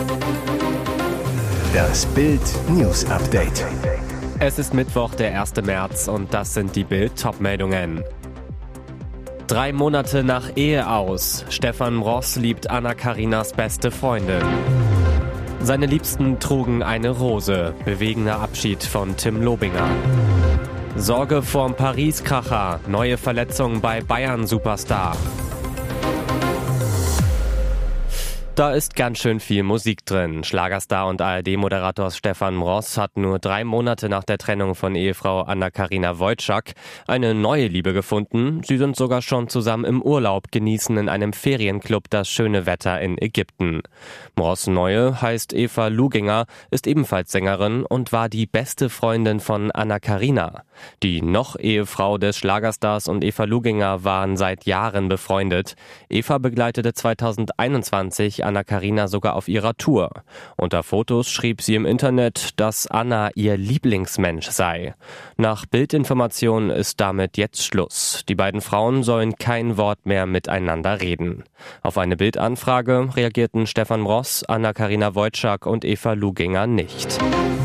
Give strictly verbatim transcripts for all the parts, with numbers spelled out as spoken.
Das Bild News Update. Es ist Mittwoch, der erste März und das sind die Bild-Top-Meldungen. Drei Monate nach Ehe aus. Stefan Ross liebt Anna-Karinas beste Freundin. Seine Liebsten trugen eine Rose. Bewegender Abschied von Tim Lobinger. Sorge vorm Paris-Kracher. Neue Verletzungen bei Bayern-Superstar. Da ist ganz schön viel Musik drin. Schlagerstar und A R D-Moderator Stefan Ross hat nur drei Monate nach der Trennung von Ehefrau Anna-Karina Wojcik eine neue Liebe gefunden. Sie sind sogar schon zusammen im Urlaub, genießen in einem Ferienclub das schöne Wetter in Ägypten. Ross' Neue heißt Eva Luginger, ist ebenfalls Sängerin und war die beste Freundin von Anna-Karina. Die noch Ehefrau des Schlagerstars und Eva Luginger waren seit Jahren befreundet. Eva begleitete zweitausendeinundzwanzig Anna-Karina sogar auf ihrer Tour. Unter Fotos schrieb sie im Internet, dass Anna ihr Lieblingsmensch sei. Nach Bildinformationen ist damit jetzt Schluss. Die beiden Frauen sollen kein Wort mehr miteinander reden. Auf eine Bildanfrage reagierten Stefan Ross, Anna-Karina Wojcik und Eva Luginger nicht.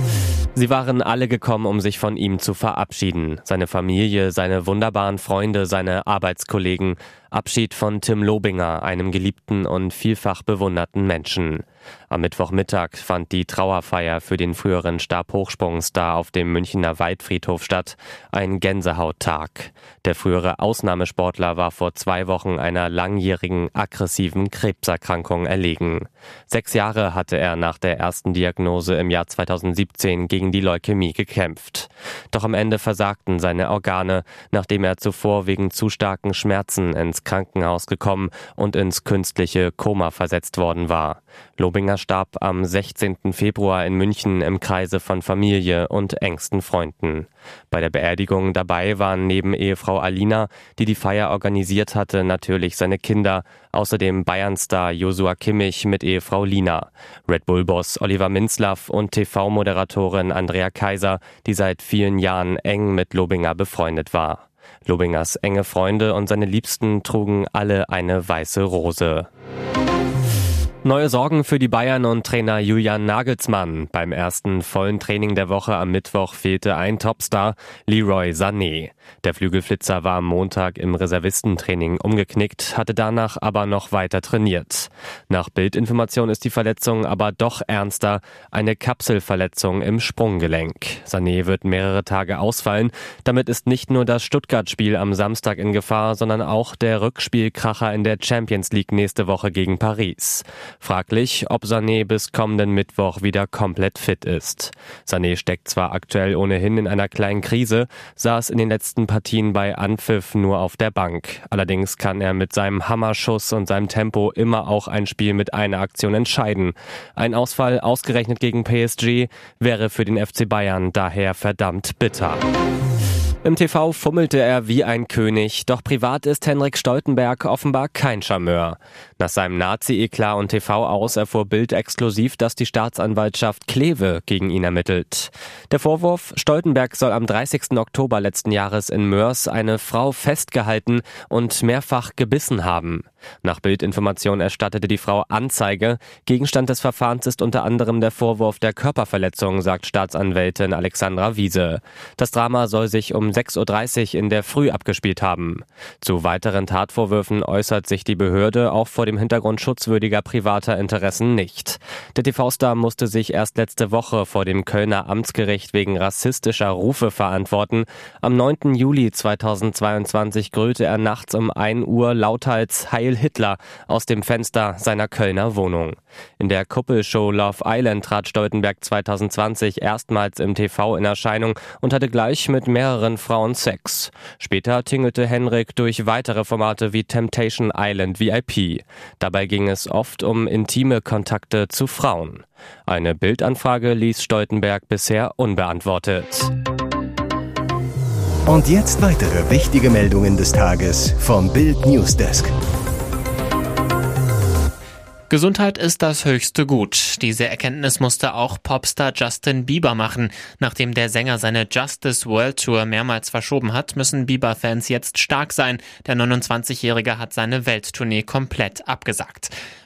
Sie waren alle gekommen, um sich von ihm zu verabschieden. Seine Familie, seine wunderbaren Freunde, seine Arbeitskollegen. Abschied von Tim Lobinger, einem geliebten und vielfach bewunderten Menschen. Am Mittwochmittag fand die Trauerfeier für den früheren Stabhochsprungstar auf dem Münchner Waldfriedhof statt. Ein Gänsehauttag. Der frühere Ausnahmesportler war vor zwei Wochen einer langjährigen, aggressiven Krebserkrankung erlegen. Sechs Jahre hatte er nach der ersten Diagnose im Jahr zweitausendsiebzehn gegen die Leukämie gekämpft. Doch am Ende versagten seine Organe, nachdem er zuvor wegen zu starken Schmerzen ins Krankenhaus gekommen und ins künstliche Koma versetzt worden war. Lobinger starb am sechzehnten Februar in München im Kreise von Familie und engsten Freunden. Bei der Beerdigung dabei waren neben Ehefrau Alina, die die Feier organisiert hatte, natürlich seine Kinder, außerdem Bayern-Star Joshua Kimmich mit Ehefrau Lina, Red Bull-Boss Oliver Minzlaff und T V-Moderatorin Andrea Kaiser, die seit vielen Jahren eng mit Lobinger befreundet war. Lobingers enge Freunde und seine Liebsten trugen alle eine weiße Rose. Neue Sorgen für die Bayern und Trainer Julian Nagelsmann. Beim ersten vollen Training der Woche am Mittwoch fehlte ein Topstar, Leroy Sané. Der Flügelflitzer war am Montag im Reservistentraining umgeknickt, hatte danach aber noch weiter trainiert. Nach Bildinformation ist die Verletzung aber doch ernster, eine Kapselverletzung im Sprunggelenk. Sané wird mehrere Tage ausfallen. Damit ist nicht nur das Stuttgart-Spiel am Samstag in Gefahr, sondern auch der Rückspielkracher in der Champions League nächste Woche gegen Paris. Fraglich, ob Sané bis kommenden Mittwoch wieder komplett fit ist. Sané steckt zwar aktuell ohnehin in einer kleinen Krise, saß in den letzten Partien bei Anpfiff nur auf der Bank. Allerdings kann er mit seinem Hammerschuss und seinem Tempo immer auch ein Spiel mit einer Aktion entscheiden. Ein Ausfall ausgerechnet gegen P S G wäre für den F C Bayern daher verdammt bitter. Im T V fummelte er wie ein König, doch privat ist Henrik Stoltenberg offenbar kein Charmeur. Nach seinem Nazi-Eklat und T V aus erfuhr Bild exklusiv, dass die Staatsanwaltschaft Kleve gegen ihn ermittelt. Der Vorwurf: Stoltenberg soll am dreißigsten Oktober letzten Jahres in Moers eine Frau festgehalten und mehrfach gebissen haben. Nach Bildinformation erstattete die Frau Anzeige. Gegenstand des Verfahrens ist unter anderem der Vorwurf der Körperverletzung, sagt Staatsanwältin Alexandra Wiese. Das Drama soll sich um sechs Uhr dreißig in der Früh abgespielt haben. Zu weiteren Tatvorwürfen äußert sich die Behörde auch vor dem Hintergrund schutzwürdiger privater Interessen nicht. Der T V-Star musste sich erst letzte Woche vor dem Kölner Amtsgericht wegen rassistischer Rufe verantworten. Am neunten Juli zweitausendzweiundzwanzig grölte er nachts um ein Uhr lauthals Heil Hitler aus dem Fenster seiner Kölner Wohnung. In der Kuppelshow Love Island trat Stoltenberg zweitausendzwanzig erstmals im T V in Erscheinung und hatte gleich mit mehreren Frauen Sex. Später tingelte Henrik durch weitere Formate wie Temptation Island V I P. Dabei ging es oft um intime Kontakte zu Frauen. Eine Bildanfrage ließ Stoltenberg bisher unbeantwortet. Und jetzt weitere wichtige Meldungen des Tages vom Bild Newsdesk. Gesundheit ist das höchste Gut. Diese Erkenntnis musste auch Popstar Justin Bieber machen. Nachdem der Sänger seine Justice World Tour mehrmals verschoben hat, müssen Bieber-Fans jetzt stark sein. Der neunundzwanzigjährige hat seine Welttournee komplett abgesagt.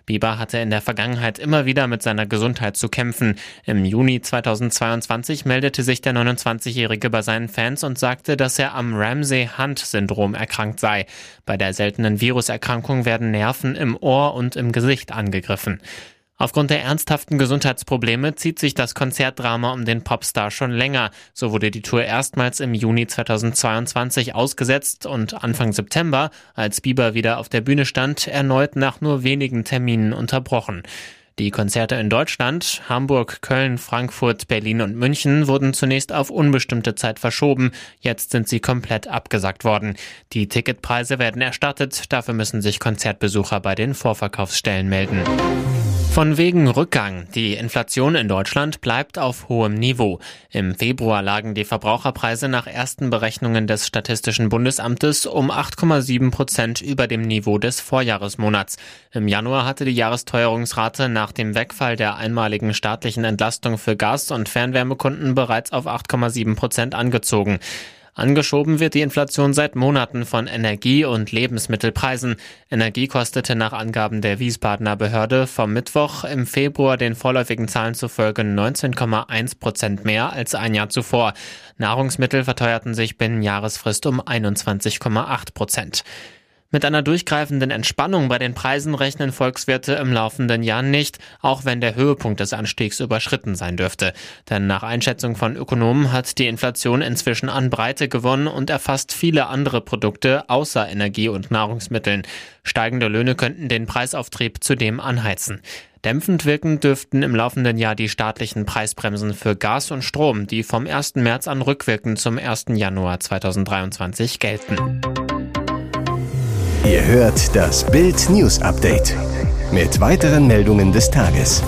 Bieber hatte in der Vergangenheit immer wieder mit seiner Gesundheit zu kämpfen. Im Juni zweitausendzweiundzwanzig meldete sich der neunundzwanzigjährige bei seinen Fans und sagte, dass er am Ramsay-Hunt-Syndrom erkrankt sei. Bei der seltenen Viruserkrankung werden Nerven im Ohr und im Gesicht angegriffen. Aufgrund der ernsthaften Gesundheitsprobleme zieht sich das Konzertdrama um den Popstar schon länger. So wurde die Tour erstmals im Juni zweitausendzweiundzwanzig ausgesetzt und Anfang September, als Bieber wieder auf der Bühne stand, erneut nach nur wenigen Terminen unterbrochen. Die Konzerte in Deutschland, Hamburg, Köln, Frankfurt, Berlin und München wurden zunächst auf unbestimmte Zeit verschoben. Jetzt sind sie komplett abgesagt worden. Die Ticketpreise werden erstattet, dafür müssen sich Konzertbesucher bei den Vorverkaufsstellen melden. Von wegen Rückgang. Die Inflation in Deutschland bleibt auf hohem Niveau. Im Februar lagen die Verbraucherpreise nach ersten Berechnungen des Statistischen Bundesamtes um acht Komma sieben Prozent über dem Niveau des Vorjahresmonats. Im Januar hatte die Jahresteuerungsrate nach dem Wegfall der einmaligen staatlichen Entlastung für Gas- und Fernwärmekunden bereits auf acht Komma sieben Prozent angezogen. Angeschoben wird die Inflation seit Monaten von Energie- und Lebensmittelpreisen. Energie kostete nach Angaben der Wiesbadener Behörde vom Mittwoch im Februar den vorläufigen Zahlen zufolge neunzehn Komma eins Prozent mehr als ein Jahr zuvor. Nahrungsmittel verteuerten sich binnen Jahresfrist um einundzwanzig Komma acht Prozent. Mit einer durchgreifenden Entspannung bei den Preisen rechnen Volkswirte im laufenden Jahr nicht, auch wenn der Höhepunkt des Anstiegs überschritten sein dürfte. Denn nach Einschätzung von Ökonomen hat die Inflation inzwischen an Breite gewonnen und erfasst viele andere Produkte außer Energie- und Nahrungsmitteln. Steigende Löhne könnten den Preisauftrieb zudem anheizen. Dämpfend wirken dürften im laufenden Jahr die staatlichen Preisbremsen für Gas und Strom, die vom ersten März an rückwirkend zum ersten Januar zweitausenddreiundzwanzig gelten. Ihr hört das Bild News Update mit weiteren Meldungen des Tages.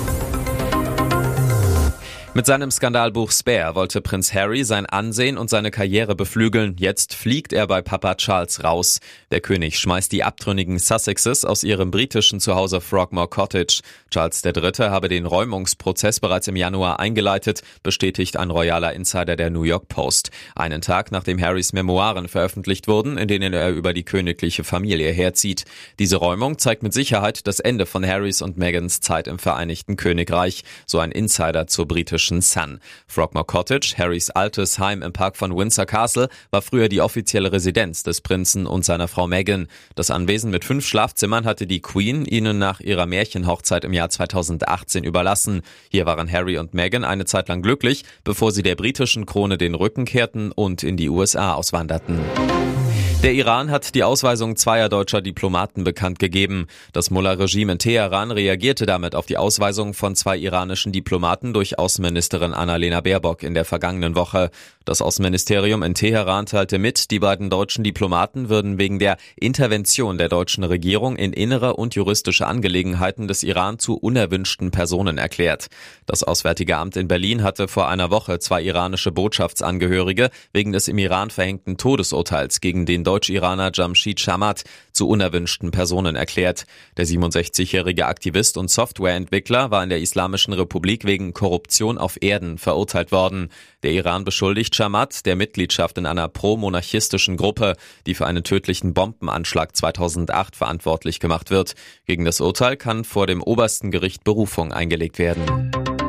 Mit seinem Skandalbuch Spare wollte Prinz Harry sein Ansehen und seine Karriere beflügeln. Jetzt fliegt er bei Papa Charles raus. Der König schmeißt die abtrünnigen Sussexes aus ihrem britischen Zuhause Frogmore Cottage. Charles der Dritte habe den Räumungsprozess bereits im Januar eingeleitet, bestätigt ein royaler Insider der New York Post. Einen Tag nachdem Harrys Memoiren veröffentlicht wurden, in denen er über die königliche Familie herzieht. Diese Räumung zeigt mit Sicherheit das Ende von Harrys und Meghans Zeit im Vereinigten Königreich, so ein Insider zur britischen Sun. Frogmore Cottage, Harrys altes Heim im Park von Windsor Castle, war früher die offizielle Residenz des Prinzen und seiner Frau Meghan. Das Anwesen mit fünf Schlafzimmern hatte die Queen ihnen nach ihrer Märchenhochzeit im Jahr zweitausendachtzehn überlassen. Hier waren Harry und Meghan eine Zeit lang glücklich, bevor sie der britischen Krone den Rücken kehrten und in die U S A auswanderten. Der Iran hat die Ausweisung zweier deutscher Diplomaten bekannt gegeben. Das Mullah-Regime in Teheran reagierte damit auf die Ausweisung von zwei iranischen Diplomaten durch Außenministerin Annalena Baerbock in der vergangenen Woche. Das Außenministerium in Teheran teilte mit, die beiden deutschen Diplomaten würden wegen der Intervention der deutschen Regierung in innere und juristische Angelegenheiten des Iran zu unerwünschten Personen erklärt. Das Auswärtige Amt in Berlin hatte vor einer Woche zwei iranische Botschaftsangehörige wegen des im Iran verhängten Todesurteils gegen den Deutsch-Iraner Jamshid Shamat zu unerwünschten Personen erklärt. Der siebenundsechzigjährige Aktivist und Softwareentwickler war in der Islamischen Republik wegen Korruption auf Erden verurteilt worden. Der Iran beschuldigt Shamat der Mitgliedschaft in einer pro-monarchistischen Gruppe, die für einen tödlichen Bombenanschlag zweitausendacht verantwortlich gemacht wird. Gegen das Urteil kann vor dem obersten Gericht Berufung eingelegt werden.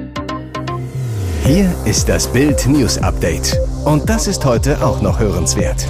Hier ist das Bild News Update. Und das ist heute auch noch hörenswert.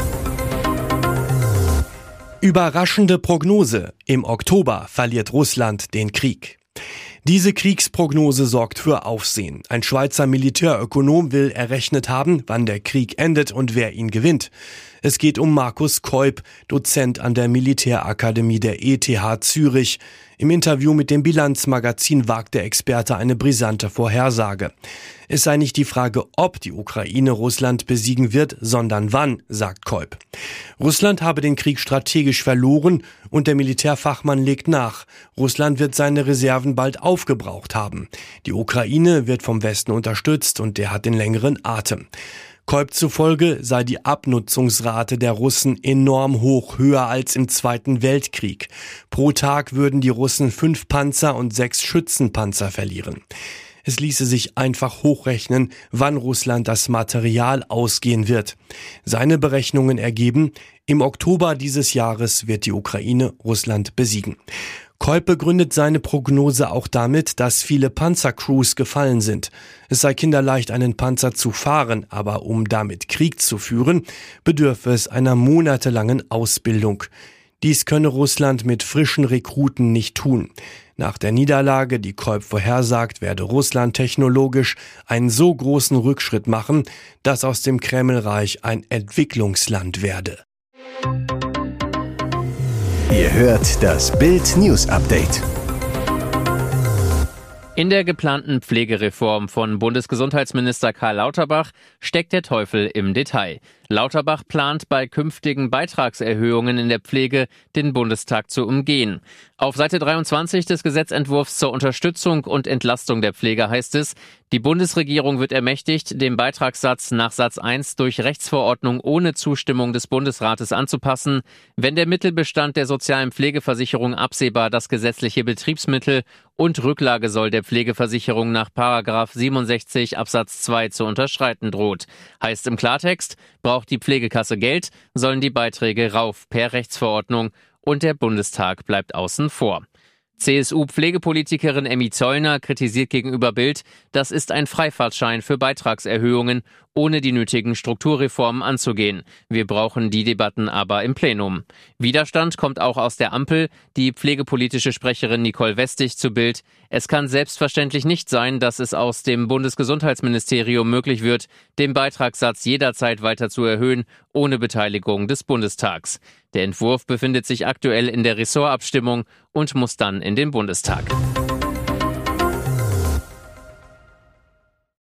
Überraschende Prognose. Im Oktober verliert Russland den Krieg. Diese Kriegsprognose sorgt für Aufsehen. Ein Schweizer Militärökonom will errechnet haben, wann der Krieg endet und wer ihn gewinnt. Es geht um Markus Keup, Dozent an der Militärakademie der E T H Zürich. Im Interview mit dem Bilanzmagazin wagt der Experte eine brisante Vorhersage. Es sei nicht die Frage, ob die Ukraine Russland besiegen wird, sondern wann, sagt Keup. Russland habe den Krieg strategisch verloren und der Militärfachmann legt nach. Russland wird seine Reserven bald aufgebraucht haben. Die Ukraine wird vom Westen unterstützt und der hat den längeren Atem. Keup zufolge sei die Abnutzungsrate der Russen enorm hoch, höher als im Zweiten Weltkrieg. Pro Tag würden die Russen fünf Panzer und sechs Schützenpanzer verlieren. Es ließe sich einfach hochrechnen, wann Russland das Material ausgehen wird. Seine Berechnungen ergeben, im Oktober dieses Jahres wird die Ukraine Russland besiegen. Kolb begründet seine Prognose auch damit, dass viele Panzercrews gefallen sind. Es sei kinderleicht, einen Panzer zu fahren, aber um damit Krieg zu führen, bedürfe es einer monatelangen Ausbildung. Dies könne Russland mit frischen Rekruten nicht tun. Nach der Niederlage, die Kolb vorhersagt, werde Russland technologisch einen so großen Rückschritt machen, dass aus dem Kremlreich ein Entwicklungsland werde. Ihr hört das Bild News Update. In der geplanten Pflegereform von Bundesgesundheitsminister Karl Lauterbach steckt der Teufel im Detail. Lauterbach plant, bei künftigen Beitragserhöhungen in der Pflege den Bundestag zu umgehen. Auf Seite dreiundzwanzig des Gesetzentwurfs zur Unterstützung und Entlastung der Pflege heißt es, die Bundesregierung wird ermächtigt, den Beitragssatz nach Satz eins durch Rechtsverordnung ohne Zustimmung des Bundesrates anzupassen, wenn der Mittelbestand der sozialen Pflegeversicherung absehbar das gesetzliche Betriebsmittel und Rücklagesoll der Pflegeversicherung nach Paragraph siebenundsechzig Absatz zwei zu unterschreiten droht. Heißt im Klartext, braucht die Pflegekasse Geld, sollen die Beiträge rauf per Rechtsverordnung und der Bundestag bleibt außen vor. C S U-Pflegepolitikerin Emmy Zollner kritisiert gegenüber Bild, das ist ein Freifahrtschein für Beitragserhöhungen, ohne die nötigen Strukturreformen anzugehen. Wir brauchen die Debatten aber im Plenum. Widerstand kommt auch aus der Ampel. Die pflegepolitische Sprecherin Nicole Westig zu Bild. Es kann selbstverständlich nicht sein, dass es aus dem Bundesgesundheitsministerium möglich wird, den Beitragssatz jederzeit weiter zu erhöhen, ohne Beteiligung des Bundestags. Der Entwurf befindet sich aktuell in der Ressortabstimmung und muss dann in den Bundestag.